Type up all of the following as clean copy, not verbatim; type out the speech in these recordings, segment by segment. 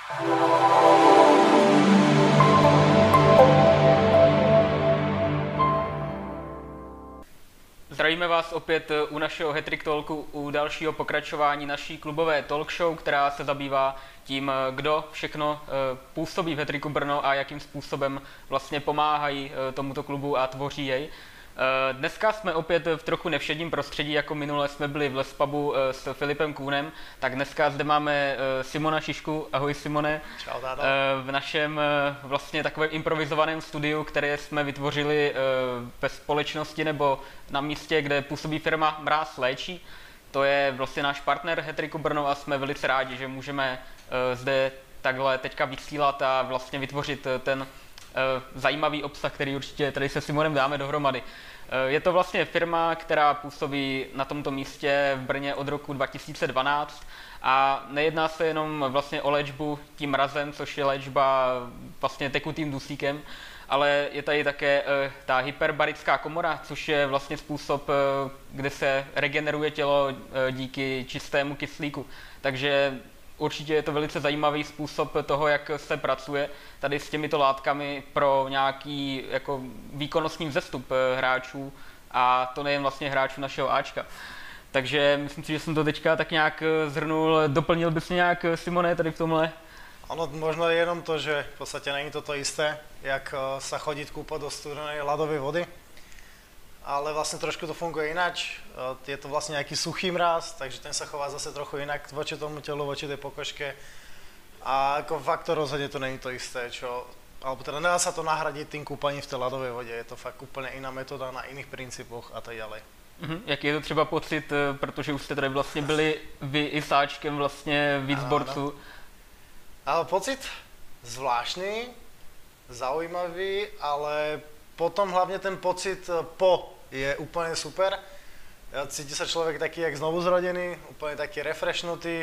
Zdravíme vás opět u našeho Hat-Trick Talku, u dalšího pokračování naší klubové talk show, která se zabývá tím, kdo všechno působí v Hat-Tricku Brno a jakým způsobem vlastně pomáhají tomuto klubu a tvoří jej. Dneska jsme opět v trochu nevšedním prostředí, jako minule jsme byli v Lespubu s Filipem Kůnem, tak dneska zde máme Simona Šišku. Ahoj Simone. Čau, táto. V našem vlastně takovém improvizovaném studiu, které jsme vytvořili ve společnosti nebo na místě, kde působí firma Mráz léčí. To je vlastně náš partner Hat-Tricku Brno a jsme velice rádi, že můžeme zde takhle teďka vysílat a vlastně vytvořit ten zajímavý obsah, který určitě tady se Simonem dáme dohromady. Je to vlastně firma, která působí na tomto místě v Brně od roku 2012 a nejedná se jenom vlastně o léčbu tím mrazem, což je léčba vlastně tekutým dusíkem, ale je tady také ta hyperbarická komora, což je vlastně způsob, kde se regeneruje tělo díky čistému kyslíku. Takže určitě je to velice zajímavý způsob toho, jak se pracuje tady s těmito látkami pro nějaký jako výkonnostní vzestup hráčů a to nejen vlastně hráčů našeho Ačka. Takže myslím si, že jsem to teďka tak nějak zhrnul. Doplnil bys nějak, Simone, tady v tomhle? Ono možno je jenom to, že v podstate není to isté, jak sa chodiť kúpať do studenej ľadovej vody. Ale vlastne trošku to funguje ináč. Je to vlastne nejaký suchý mráz, takže ten sa chová zase trochu inak voči tomu telu, voči tej pokožke. A ako fakt to rozhodne to není to isté, alebo teda nedá sa to nahradiť tým kúpaním v tej ľadovej vode. Je to fakt úplne iná metóda na iných princípoch a tak ďalej. Jaký je to třeba pocit, protože už jste tady vlastně byli vy i s Ačkem vlastně víc borců? Ale pocit zvláštny, zaujímavý, ale potom hlavne ten pocit po je úplne super. Cíti sa človek taký jak znovu zrodený, úplne taký refreshnutý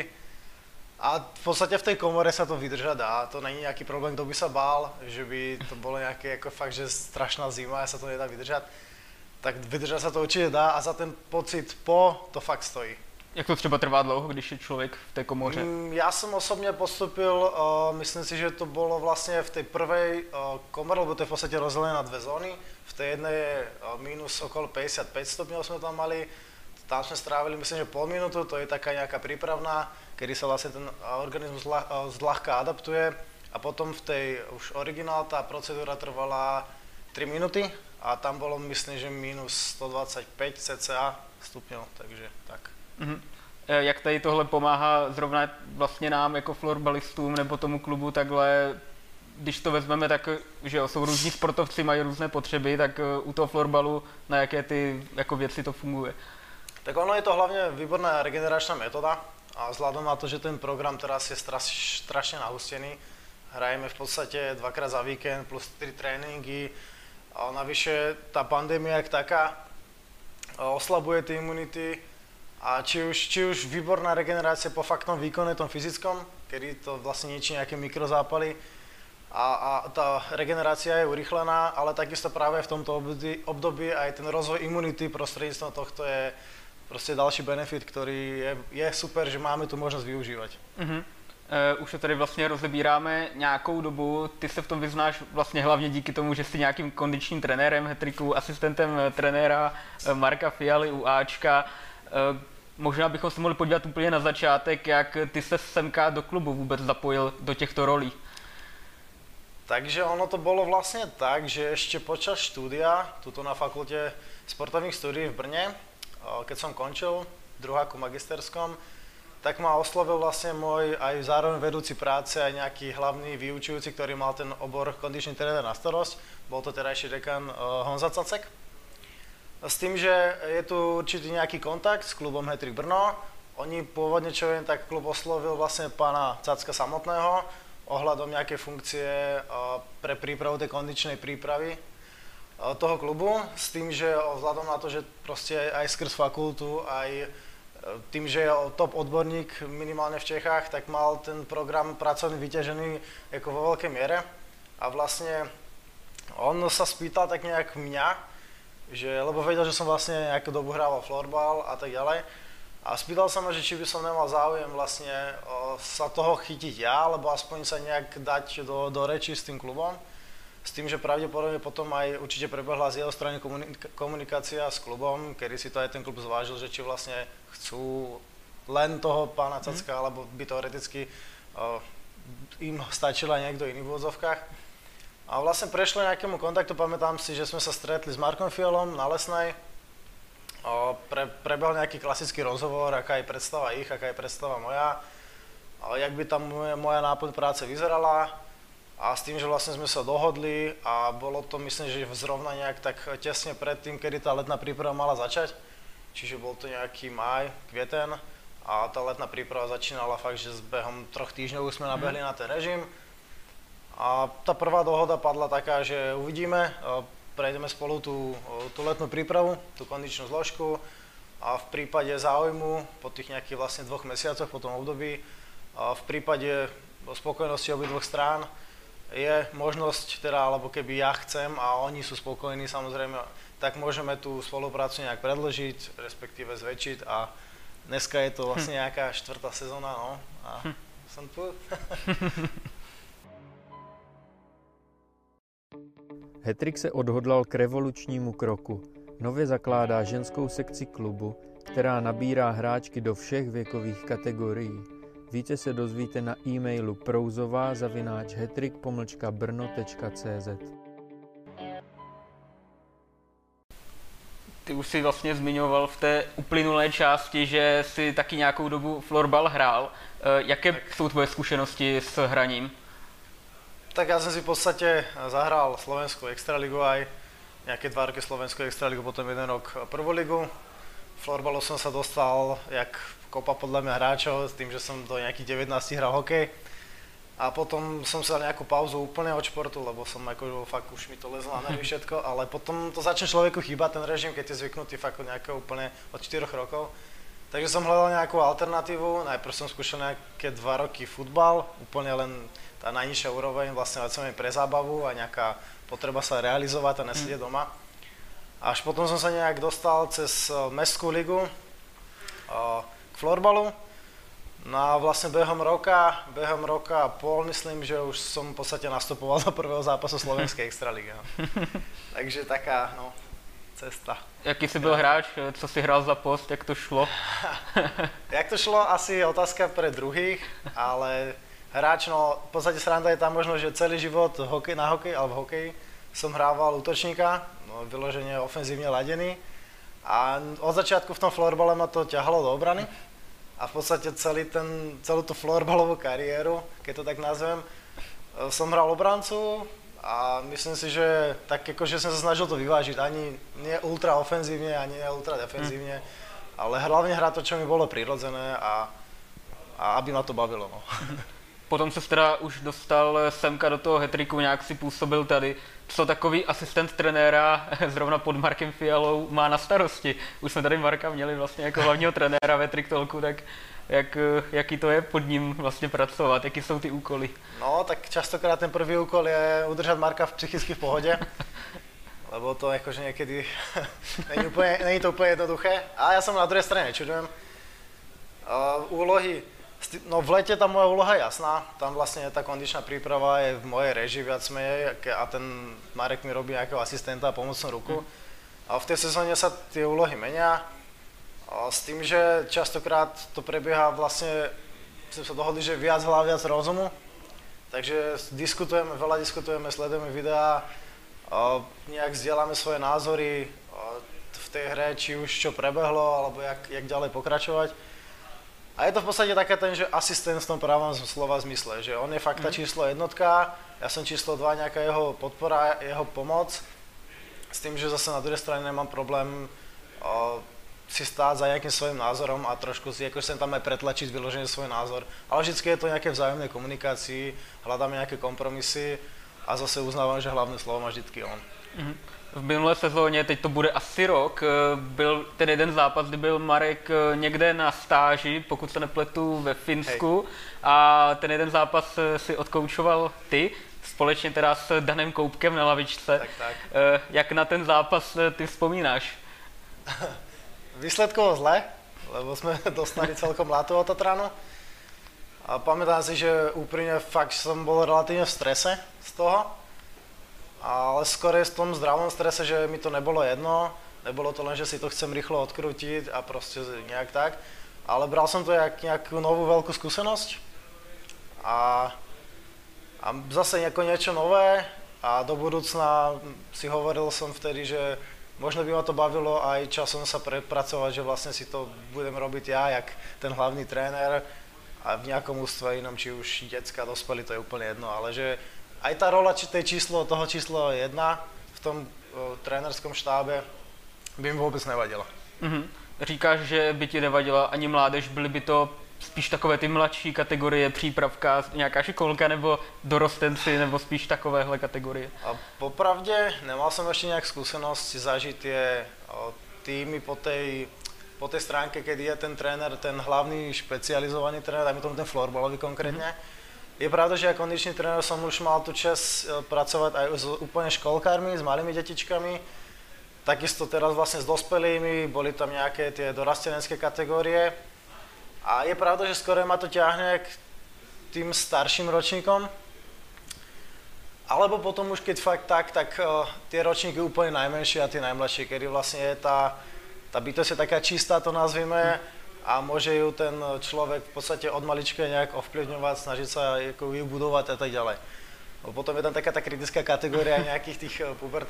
a v podstate v tej komore sa to vydržať dá. To není nejaký problém, kto by sa bál, že by to bolo nejaké ako fakt, že strašná zima a sa to nedá vydržať. Tak vydržať sa to určite dá a za ten pocit po to fakt stojí. Jak to třeba trvá dlouho, když je člověk v té komoře? Ja som osobne postupil, myslím si, že to bolo vlastne v tej prvej komore, lebo to je v podstate rozdelené na dve zóny. V tej jednej je minus okolo 55 stupňov sme tam mali, tam sme strávili myslím, že pol minútu, to je taká nejaká prípravná, kedy sa vlastne ten organizmus zľahka adaptuje a potom v tej už originál tá procedúra trvala 3 minúty a tam bolo myslím, že minus 125 cca stupňov, takže tak. Jak tady tohle pomáhá zrovna vlastně nám jako florbalistům nebo tomu klubu takhle, když to vezmeme, tak že jsou různí sportovci, mají různé potřeby, tak u toho florbalu na jaké ty jako věci to funguje? Tak ono je to hlavne výborná regeneračná metóda a vzhľadom na to, že ten program teraz je strašne nahustený, hrajeme v podstate dvakrát za víkend plus 3 tréninky a navyše tá pandémia jak taká oslabuje tie imunity. A či už výborná regenerácia po faktnom výkone tom fyzickom, kedy to vlastne niečí nejaké mikrozápaly a tá regenerácia je urychlená, ale takisto práve v tomto období aj ten rozvoj imunity prostredníctvom tohto je proste ďalší benefit, ktorý je super, že máme tu možnosť využívať. Už to tady vlastně rozebíráme nějakou dobu, ty se v tom vyznáš vlastně hlavně díky tomu, že jsi nějakým kondičním trenérem Hat-Tricku, asistentem trenéra Marka Fialy u Ačka. Možná bychom se mohli podívat úplně na začátek, jak ty se semka do klubu vůbec zapojil do těchto rolí. Takže ono to bolo vlastne tak, že ešte počas štúdia, tuto na fakulte sportovných studií v Brne, keď som končil druháku magisterskom, tak ma oslovil vlastne môj aj zároveň vedúci práce, aj nejaký hlavný vyučujúci, ktorý mal ten obor kondičný tréner na starosť. Bol to terajší dekan Honza Cacek. S tým, že je tu určitý nejaký kontakt s klubom Hat-Trick Brno. Oni pôvodne, čo viem, tak klub oslovil vlastne pána Cacka samotného ohľadom nejaké funkcie pre prípravu tej kondičnej prípravy toho klubu. S tým, že vzhľadom na to, že proste aj skrz fakultu, aj tým, že je top odborník minimálne v Čechách, tak mal ten program pracovný vyťažený ako vo veľkej miere. A vlastne on sa spýtal tak nejak mňa, lebo vedel, že som vlastne nejakú dobu hrával florbal a tak ďalej. A spýtal sa ma, že či by som nemal záujem vlastne sa toho chytiť ja, alebo aspoň sa nejak dať do reči s tým klubom. S tým, že pravdepodobne potom aj určite prebehla z jeho strany komunikácia s klubom, kedy si to aj ten klub zvážil, že či vlastne chcú len toho pána Cacka, alebo by teoreticky im stačil aj niekto iný v úvodzovkách. A vlastne prešlo nejakému kontaktu, pamätám si, že sme sa stretli s Markom Fialom na Lesnej. Prebehol nejaký klasický rozhovor, aká je predstava ich, aká je predstava moja, jak by tam moja náplň práce vyzerala a s tým, že vlastne sme sa dohodli a bolo to, myslím, že zrovna nejak tak tesne pred tým, kedy tá letná príprava mala začať, čiže bol to nejaký máj, kvieten a tá letná príprava začínala fakt, že s behom 3 týždňov už sme nabehli na ten režim a tá prvá dohoda padla taká, že uvidíme, prejdeme spolu tú letnú prípravu, tú kondičnú zložku a v prípade záujmu po tých nejakých vlastne 2 mesiacoch po tom období v prípade spokojnosti obidvoch strán je možnosť teda, alebo keby ja chcem a oni sú spokojní samozrejme, tak môžeme tú spoluprácu nejak predĺžiť, respektíve zväčšiť a dneska je to vlastne nejaká 4. sezóna, no a som tu. Hetrik se odhodlal k revolučnímu kroku. Nově zakládá ženskou sekci klubu, která nabírá hráčky do všech věkových kategorií. Více se dozvíte na e-mailu prouzová@hetrik-brno.cz. Ty už si vlastně zmiňoval v té uplynulé části, že si taky nějakou dobu florbal hrál. Jaké jsou tvoje zkušenosti s hraním? Tak ja som si v podstate zahral Slovenskú extraligu aj nejaké 2 roky Slovenskú extraligu, potom 1 rok prvú ligu. Florbalu som sa dostal jak kopa podľa mňa hráčov, s tým, že som do nejakých 19 hral hokej. A potom som si dal nejakú pauzu úplne od športu, lebo som ako fakt už mi to lezlo na nervy všetko, ale potom to začne človeku chýbať ten režim, keď je zvyknutý fakt od nejakého úplne od 4 rokov. Takže som hľadal nejakú alternatívu, najprv som skúšal nejaké 2 roky futbal, úplne len tá najnižšia úroveň, vlastne pre zábavu a nejaká potreba sa realizovať a nesedieť doma. Až potom som sa nejak dostal cez mestskú ligu k florbalu. No a vlastne behom roka a pol, myslím, že už som v podstate nastupoval do prvého zápasu Slovenskej extraligy. No. Takže taká, no, cesta. Jaký jsi byl hráč? Co si hrál za post? Jak to šlo? Jak to šlo? Asi otázka pre druhých, ale hráč, no v podstate sranda je tam možno, že celý život na hokej, alebo v hokeji som hrával útočníka, no, vyložene ofenzívne ladený a od začiatku v tom florbale ma to ťahalo do obrany a v podstate celú tú florbalovú kariéru, keď to tak nazvem, som hral obrancu a myslím si, že tak akože som sa snažil to vyvážiť, ani nie ultra ofenzívne, ani nie ultra defenzívne, ale hlavne hrať to, čo mi bolo prirodzené a aby ma to bavilo. No. Potom se teda už dostal semka do toho Hetriku, nějak si působil tady. Co takový asistent trenéra zrovna pod Markem Fialou má na starosti? Už jsme tady Marka měli vlastně jako hlavního trenéra v Hetrik Talku, tak jaký to je pod ním vlastně pracovat? Jaký jsou ty úkoly? No, tak častokrát ten prvý úkol je udržať Marka psychicky v pohode, lebo to akože niekedy není to úplne jednoduché. A ja som na druhej strane nečudujem. Úlohy. No v lete tá moja úloha je jasná, tam vlastne tá kondičná príprava je v mojej režii viac menej a ten Marek mi robí nejakého asistenta a pomocnú ruku. A v tej sezóne sa tie úlohy menia, s tým, že častokrát to prebieha vlastne, sme sa dohodli, že viac hlav, viac rozumu, takže veľa diskutujeme, sledujeme videá, nejak zdieľame svoje názory v tej hre, či už čo prebehlo, alebo jak ďalej pokračovať. A je to v podstate také ten, že asistent v tom právom slova zmysle, že on je fakt tá číslo jednotka, ja som číslo 2, nejaká jeho podpora, jeho pomoc, s tým, že zase na druhej strane nemám problém si stáť za nejakým svojím názorom a trošku si akože sem tam aj pretlačiť vyloženie svoj názor. Ale vždycky je to nejaké vzájomnej komunikácii, hľadáme nejaké kompromisy a zase uznávam, že hlavné slovo má vždycky on. V minulé sezóně, teď to bude asi rok, byl ten jeden zápas, kdy byl Marek někde na stáži, pokud se nepletu, ve Finsku. Hej. A ten jeden zápas si odkoučoval ty, společně teda s Danem Koupkem na lavičce. Tak. Jak na ten zápas ty vzpomínáš? Výsledkovo zle, lebo sme dostali celkom ľahú od Tatranu. A pamätám si, že úprimne fakt som bol relatívne v strese z toho, ale skôr je v tom zdravom strese, že mi to nebolo jedno, nebolo to len, že si to chcem rýchlo odkrútiť a proste nejak tak, ale bral som to jak nejakú novú veľkú skúsenosť a zase niečo nové a do budúcna si hovoril som vtedy, že možno by ma to bavilo aj časom sa prepracovať, že vlastne si to budem robiť ja, jak ten hlavný tréner, a v nejakom ústve inom, či už decka, dospelí, to je úplne jedno, ale že aj tá rola toho číslo 1 v tom trénerskom štábe by mi vôbec nevadila. Říkáš, že by ti nevadila ani mládež, byly by to spíš takové ty mladší kategorie, přípravka, nějaká šikolka nebo dorostenci, nebo spíš takovéhle kategorie? A popravde, nemal som ešte nejak skúsenosť zažiť tie týmy po tej stránke, keď je ten tréner, ten hlavný špecializovaný tréner, dajme tomu ten florbalový konkrétne. Je pravda, že ako kondičný tréner som už mal tu čas pracovať aj s úplne školkármi, s malými detičkami. Takisto teraz vlastne s dospelými, boli tam nejaké tie dorastenecké kategórie. A je pravda, že skôr ma to ťahne k tým starším ročníkom. Alebo potom už keď fakt tak tie ročníky úplne najmenšie a tie najmladšie, kedy vlastne je tá bytosť je taká čistá, to nazvime, a môže ju ten človek v podstate od malička nejak ovplyvňovať, snažiť sa ju budovať a tak ďalej. Potom je tam taká tá kritická kategória nejakých tých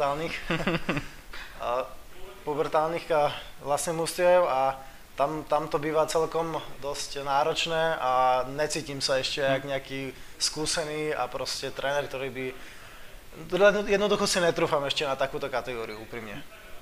pubertálnych vlastne mústiev a tam to býva celkom dosť náročné a necítim sa ešte jak nejaký skúsený a proste tréner, ktorý by... Jednoducho si netrúfam ešte na takúto kategóriu, úprimne.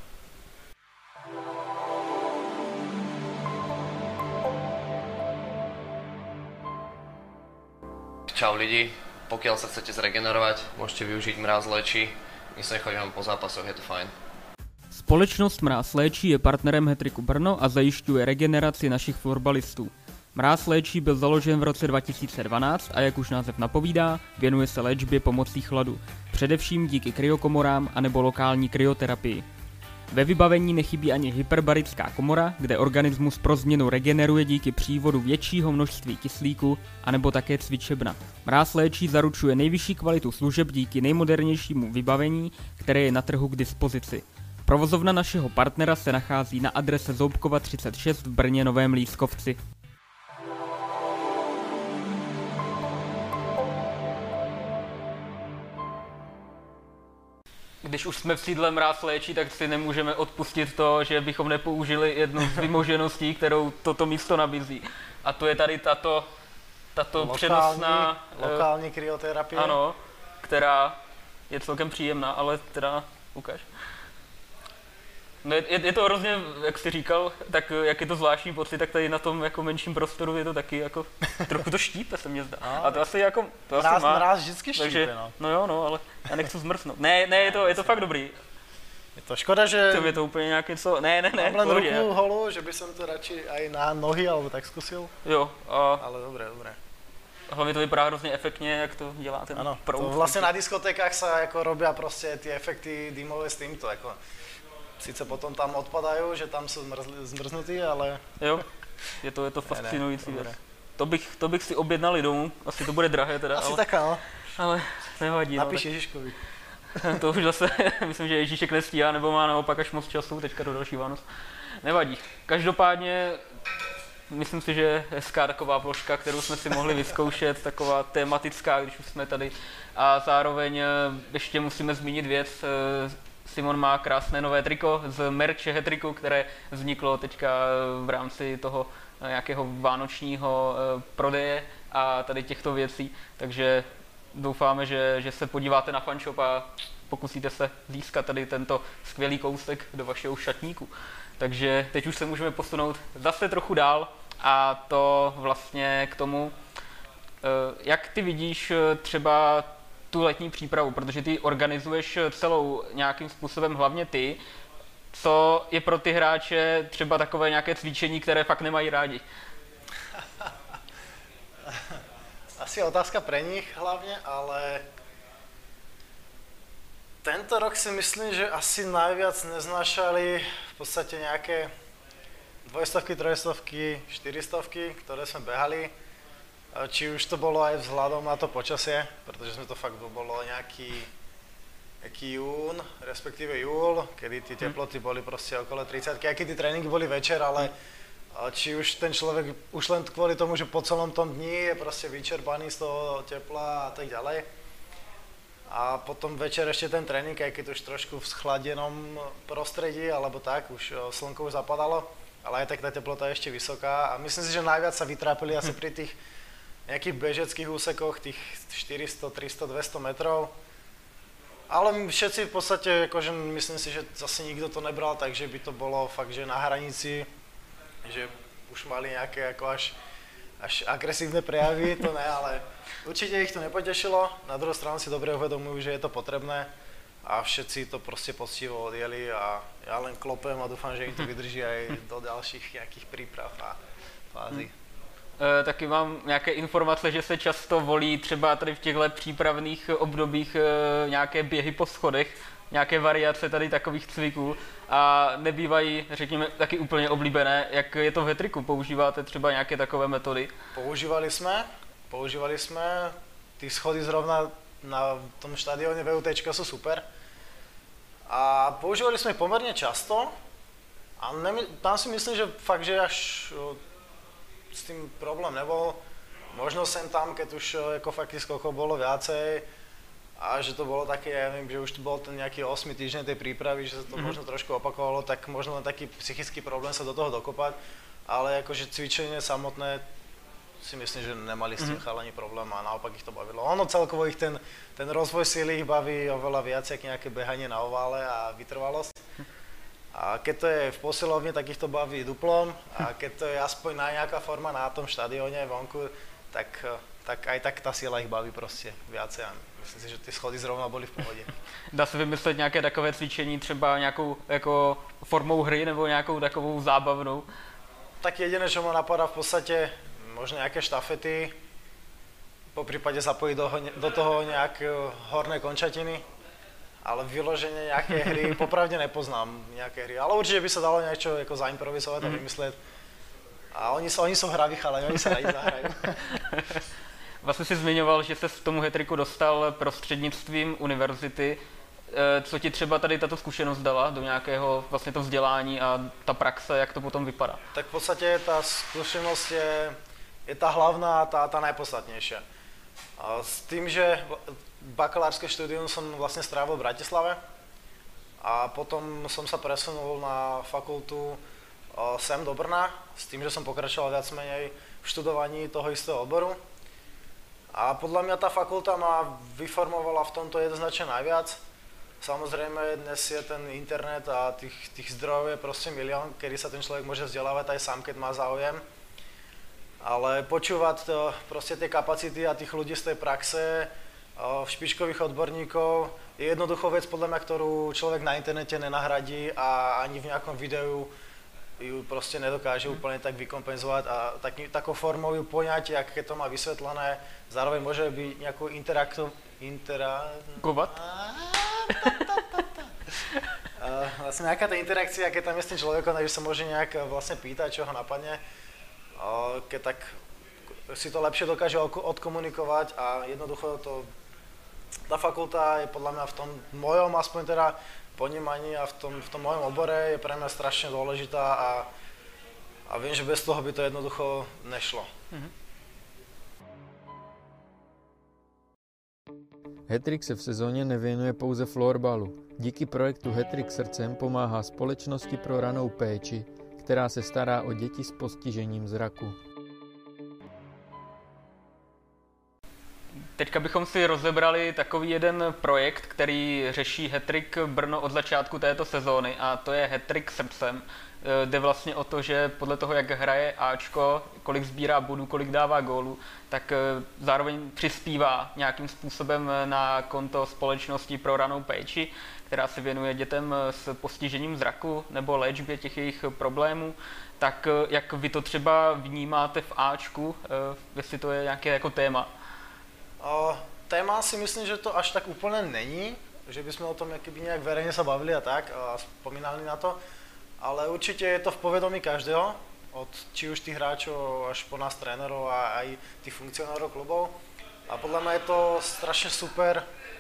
Čau lidi, pokiaľ sa chcete zregenerovať, môžete využiť Mráz léčí. My sa chodíme po zápasoch, je to fajn. Společnost Mráz léčí je partnerem Hattricku Brno a zajišťuje regeneraci našich florbalistů. Mráz léčí byl založen v roce 2012 a jak už název napovídá, věnuje se léčbě pomocí chladu, především díky kryokomorám anebo lokální kryoterapii. Ve vybavení nechybí ani hyperbarická komora, kde organismus pro změnu regeneruje díky přívodu většího množství kyslíku, anebo také cvičebna. Mráz léčí zaručuje nejvyšší kvalitu služeb díky nejmodernějšímu vybavení, které je na trhu k dispozici. Provozovna našeho partnera se nachází na adrese Zoubkova 36 v Brně Novém Lískovci. Když už jsme v sídle Mráz léčí, tak si nemůžeme odpustit to, že bychom nepoužili jednu z vymožeností, kterou toto místo nabízí. A to je tady tato přenosná... Lokální kryoterapie. Ano, která je celkem příjemná, ale teda ukáž. No je to hrozně, jak jsi říkal, tak jak je to zvláštní pocit, tak tady na tom jako menším prostoru je to taky jako, trochu to štípe se mně zdá. A to asi jako, to asi má. Mráz vždycky štípe, takže, no. No jo, no, ale já nechci zmrznout. Ne, je to fakt dobrý. Je to škoda, že... To je to úplně nějak něco, ne. Mám len ruku holou, že by som to radši aj na nohy, alebo tak zkusil. Jo. Ale dobré. Hlavně to vypadá hrozně efektně, jak to dělá ten proud. To vlastně na diskotékách sa jako robia prostě ty efekty dýmové s týmto, jako. Sice potom tam odpadajú, že tam sú zmrznutí, ale... Jo, je to fascinující věc. To bych si objednal i domů, asi to bude drahé teda. Asi taká, no. Ale nevadí. Napíš Ježiškovi. To už zase, myslím, že Ježíšek nestíhá, nebo má naopak až moc času, teďka do další Vánoc. Nevadí. Každopádně, myslím si, že je hezká taková ploška, kterou jsme si mohli vyzkoušet, taková tematická, když už jsme tady. A zároveň ještě musíme zmínit věc, Simon má krásné nové triko z merče Hattricku, které vzniklo teďka v rámci toho nějakého vánočního prodeje a tady těchto věcí, takže doufáme, že se podíváte na fanshop a pokusíte se získat tady tento skvělý kousek do vašeho šatníku. Takže teď už se můžeme posunout zase trochu dál a to vlastně k tomu, jak ty vidíš třeba tu letní přípravu, protože ty organizuješ celou nějakým způsobem hlavně ty, co je pro ty hráče třeba takové nějaké cvičení, které fakt nemají rádi? Asi otázka pre nich hlavne, ale tento rok si myslím, že asi najviac neznášali v podstate nejaké dvojstovky, trojstovky, 400, ktoré sme behali. Či už to bolo aj vzhľadom na to počasie, pretože sme to fakt bolo nejaký jún, respektíve júl, kedy tie teploty boli proste okolo 30, aj keď tie tréningy boli večer, ale či už ten človek už len kvôli tomu, že po celom tom dni je proste vyčerpaný z toho tepla a tak ďalej. A potom večer ešte ten tréning, aj keď už trošku v schladenom prostredí, alebo tak, už slnko už zapadalo, ale aj tak tá teplota je ešte vysoká a myslím si, že najviac sa vytrápili asi pri tých nejakých bežeckých úsekoch, tých 400, 300, 200 metrov. Ale všetci v podstate, akože myslím si, že zase nikto to nebral, takže by to bolo fakt, že na hranici, že už mali nejaké ako až agresívne prejavy, to ne, ale určite ich to nepotešilo. Na druhú stranu si dobre uvedomujú, že je to potrebné a všetci to proste poctivo odjeli a ja len klopem a dúfam, že im to vydrží aj do ďalších nejakých príprav a fází. Taky mám nějaké informace, že se často volí třeba tady v těchto přípravných obdobích nějaké běhy po schodech, nějaké variace tady takových cviků a nebývají, řekněme, taky úplně oblíbené. Jak je to v hetriku? Používáte třeba nějaké takové metody? Používali jsme. Ty schody zrovna na tom štadióne VUT sú super. A používali sme ich pomerne často. A tam si myslím, že fakt, že až s tým problém nebol. Možno sem tam, keď už ako fakt tých skokov bolo viacej a že to bolo také, ja neviem, že už to bol ten nejaký 8 týždeň tej prípravy, že sa to možno trošku opakovalo, tak možno len taký psychický problém sa do toho dokopať, ale akože cvičenie samotné si myslím, že nemali s tým chalani problém a naopak ich to bavilo. Ono celkovo ich ten rozvoj síly ich baví oveľa viac, ako nejaké behanie na ovále a vytrvalosť. A keď to je v posilovni, tak ich to baví duplom a keď to je aspoň nejaká forma na tom štadióne vonku, tak aj tak tá sila ich baví proste viacej a myslím si, že ty schody zrovna boli v pohodě. Dá se vymyslet nějaké takové cvičení, třeba nějakou jako formou hry nebo nějakou takovou zábavnou? Tak jediné, čo ma napadá v podstate, možno nejaké štafety, po prípade zapojiť do toho nejaké horné končatiny. Ale vyloženie nejaké hry, popravde nepoznám nejaké hry, ale určite by sa dalo niečo jako zaimprovizovať a vymyslet. A oni sú hraví chalani, oni sa rádi zahrajú. Vlastně si zmiňoval, že se k tomu hetriku dostal prostřednictvím univerzity. Co ti třeba tady tato zkušenost dala do nějakého vlastně to vzdělání a ta praxe, jak to potom vypadá? Tak v podstate tá skúsenosť je tá hlavná, tá najpodstatnejšia. A s tým, že bakalárske štúdium som vlastne strávil v Bratislave a potom som sa presunul na fakultu sem do Brna s tým, že som pokračoval viac menej v študovaní toho istého oboru. A podľa mňa tá fakulta ma vyformovala v tomto jednoznačne najviac. Samozrejme, dnes je ten internet a tých zdrojov je proste milión, kedy sa ten človek môže vzdelávať aj sám, keď má záujem. Ale počúvať proste tie kapacity a tých ľudí z tej praxe, špičkových odborníkov, je jednoducho vec, podľa mňa, ktorú človek na internete nenahradí a ani v nejakom videu ju proste nedokáže úplne tak vykompenzovať a takou formou ju poňať, jak keď to má vysvetlené, zároveň môže byť nejakú vlastne nejaká tá interakcia, keď tam je s tým človekom, takže sa môže nejak vlastne pýtať, čo ho napadne, keď tak si to lepšie dokáže odkomunikovať a jednoducho tá fakulta je podľa mňa v tom mojom aspoň teda ponímaní a v tom mojom obore je pre mňa strašne dôležitá a viem, že bez toho by to jednoducho nešlo. Hetrik se v sezóně nevěnuje pouze florbalu. Díky projektu Hetrik srdcem pomáhá Společnosti pro ranou péči, která se stará o děti s postižením zraku. Teďka bychom si rozebrali takový jeden projekt, který řeší Hetrik Brno od začátku této sezóny a to je Hetrik srdcem. Jde vlastně o to, že podle toho, jak hraje Ačko, kolik sbírá bodů, kolik dává gólů, tak zároveň přispívá nějakým způsobem na konto Společnosti pro ranou péči, která se věnuje dětem s postižením zraku nebo léčbě těch jejich problémů. Tak jak vy to třeba vnímáte v Ačku, jestli to je nějaké jako téma? Téma si myslím, že to až tak úplne není, že by sme o tom nejak verejne sa bavili a tak a spomínali na to. ale určite je to v povedomí každého, od či už tých hráčov až po nás trénerov a aj tých funkcionárov klubov. A podľa mňa je to strašne super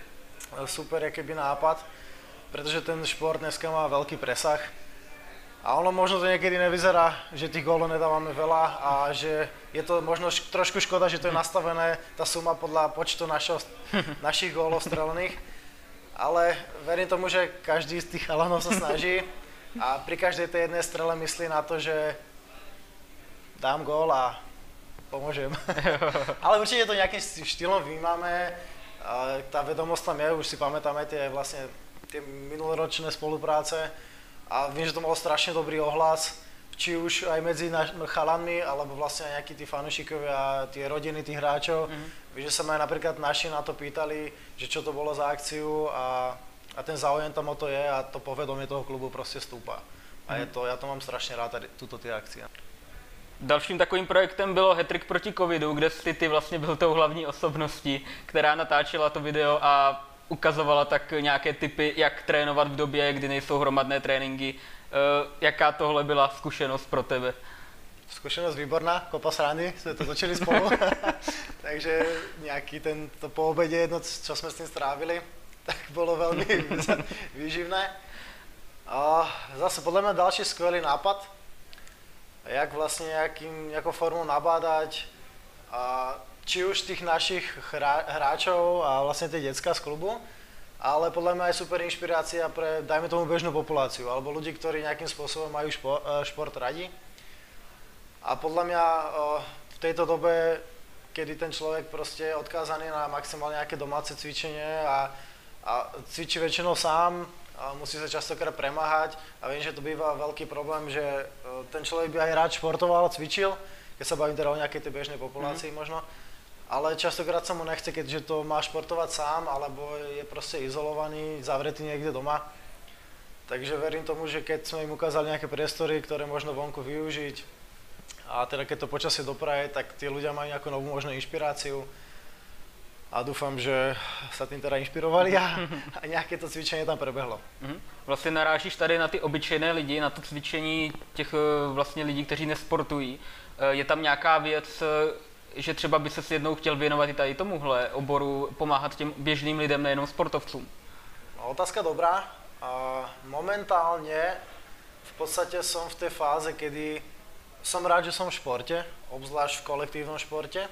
keby nápad, pretože ten šport dneska má veľký presah. A ono možno to niekedy nevyzerá, že tých gólov nedávame veľa a že je to možno trošku škoda, že to je nastavené, tá suma podľa počtu našich gólov strelených. Ale verím tomu, že každý z tých chalanov sa snaží a pri každej tej jednej strele myslí na to, že dám gól a pomôžem. Ale určite to nejakým štýlom vnímame, tá vedomosť tam je, už si pamätáme tie minuloročné spolupráce. A viem, že to malo strašne dobrý ohlas, či už aj medzi chalanmi, alebo vlastne aj nejakí tí fanúšikovia, tie rodiny tých hráčov. Viem, že sa ma aj napríklad naši na to pýtali, že čo to bolo za akciu a ten záujem tam o to je a to povedomie toho klubu proste stúpa. A ja to mám strašne rád, tuto tie akcie. Dalším takovým projektem bylo Hat-trick proti covidu, kde ty vlastně byl tou hlavní osobností, která natáčela to video a ukazovala tak nějaké tipy, jak trénovat v době, kdy nejsou hromadné tréninky. Jaká tohle byla zkušenost pro tebe? Zkušenosť výborná, kopa srandy, sme to točili spolu. Takže nejaký to po obede jedno, čo sme s tým strávili, tak bolo veľmi výživné. A zase podľa mňa ďalší skvelý nápad, jak vlastne nejakou formou nabádať či už tých našich hráčov a vlastne tie decká z klubu, ale podľa mňa aj super inšpirácia pre, dajme tomu, bežnú populáciu, alebo ľudí, ktorí nejakým spôsobom majú šport radi. A podľa mňa v tejto dobe, kedy ten človek proste je odkázaný na maximálne nejaké domáce cvičenie a cvičí väčšinou sám, a musí sa častokrát premáhať a viem, že to býva veľký problém, že ten človek by aj rád športoval, cvičil, keď sa bavím teda o nejakej tej bežnej populácii možno, ale častokrát sa mu nechce, keďže to má športovať sám, alebo je proste izolovaný, zavretý niekde doma. Takže verím tomu, že keď sme im ukázali nejaké priestory, ktoré možno vonku využiť, a teda keď to počasie dopraje, tak tí ľudia majú nejakú novú možno inšpiráciu. A dúfam, že sa tým teda inšpirovali a nějaké to cvičení tam prebehlo. Vlastně narážíš tady na ty obyčejné lidi, na to cvičení těch vlastně lidí, kteří nesportují. Je tam nějaká věc, že třeba by se jednou chtěl věnovat i tady tomuhle oboru, pomáhat těm běžným lidem, nejenom sportovcům? Otázka dobrá. Momentálne v podstate som v tej fáze, kedy som rád, že som v športe, obzvlášť v kolektívnom športe.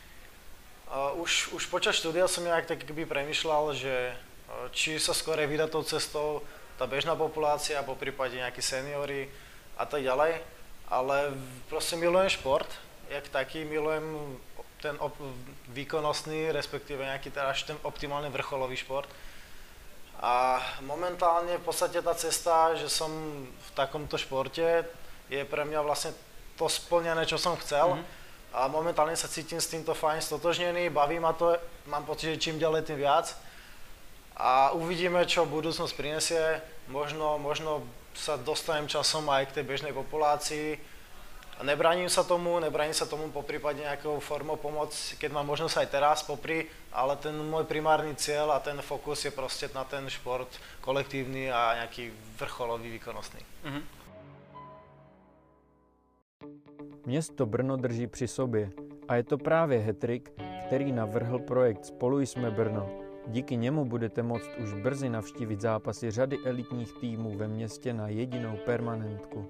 Už počas štúdia som nejak tak keby premýšľal, že či sa skôr vydať tou cestou tá bežná populácia, po prípade nejakí seniori a tak ďalej. Ale proste milujem šport, jak taký, milujem ten výkonnostný, respektíve nejaký teda ten optimálne vrcholový šport. A momentálne v podstate tá cesta, že som v takomto športe, je pre mňa vlastne to splnené, čo som chcel. A momentálne sa cítim s týmto fajn stotožnený, baví ma to, mám pocit, že čím ďalej, tým viac. A uvidíme, čo budúcnosť prinesie. Možno sa dostanem časom aj k tej bežnej populácii. Nebránim sa tomu po prípade nejakou formou pomoc, keď mám možnosť aj teraz popri, ale ten môj primárny cieľ a ten fokus je proste na ten šport kolektívny a nejaký vrcholový, výkonnostný. Město Brno drží při sobě a je to právě Hat-trick, který navrhl projekt Spolu jsme Brno. Díky němu budete moct už brzy navštívit zápasy řady elitních týmů ve městě na jedinou permanentku.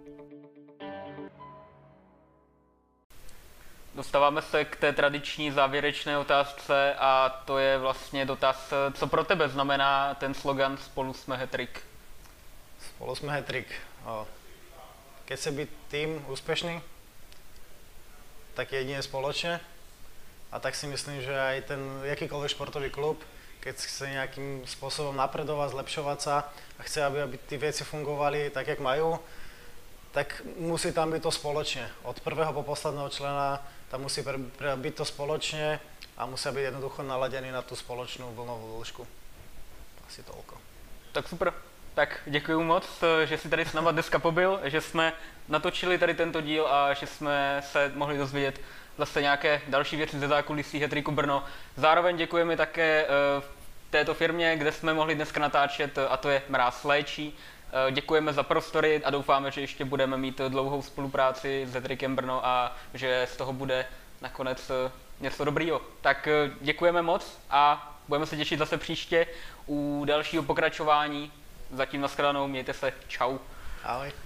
Dostáváme se k té tradiční závěrečné otázce a to je vlastně dotaz, co pro tebe znamená ten slogan Spolu jsme Hat-trick? Spolu jsme Hat-trick. Keď chce byť tým úspešný, tak jedine spoločne. A tak si myslím, že aj ten jakýkoľvek športový klub, keď chce nejakým spôsobom napredovať, zlepšovať sa a chce, aby tie veci fungovali tak, jak majú, tak musí tam byť to spoločne. Od prvého po posledného člena tam musí byť to spoločne a musia byť jednoducho naladení na tú spoločnú vlnovú dĺžku. Asi toľko. Tak super. Tak děkuji moc, že jsi tady s náma dneska pobyl, že jsme natočili tady tento díl a že jsme se mohli dozvědět zase nějaké další věci ze zákulisí Hat-tricku Brno. Zároveň děkujeme také této firmě, kde jsme mohli dneska natáčet, a to je Mráz léčí. Děkujeme za prostory a doufáme, že ještě budeme mít dlouhou spolupráci s Hetrikem Brno a že z toho bude nakonec něco dobrýho. Tak děkujeme moc a budeme se těšit zase příště u dalšího pokračování. Zatím nashledanou, mějte se, čau. Ahoj.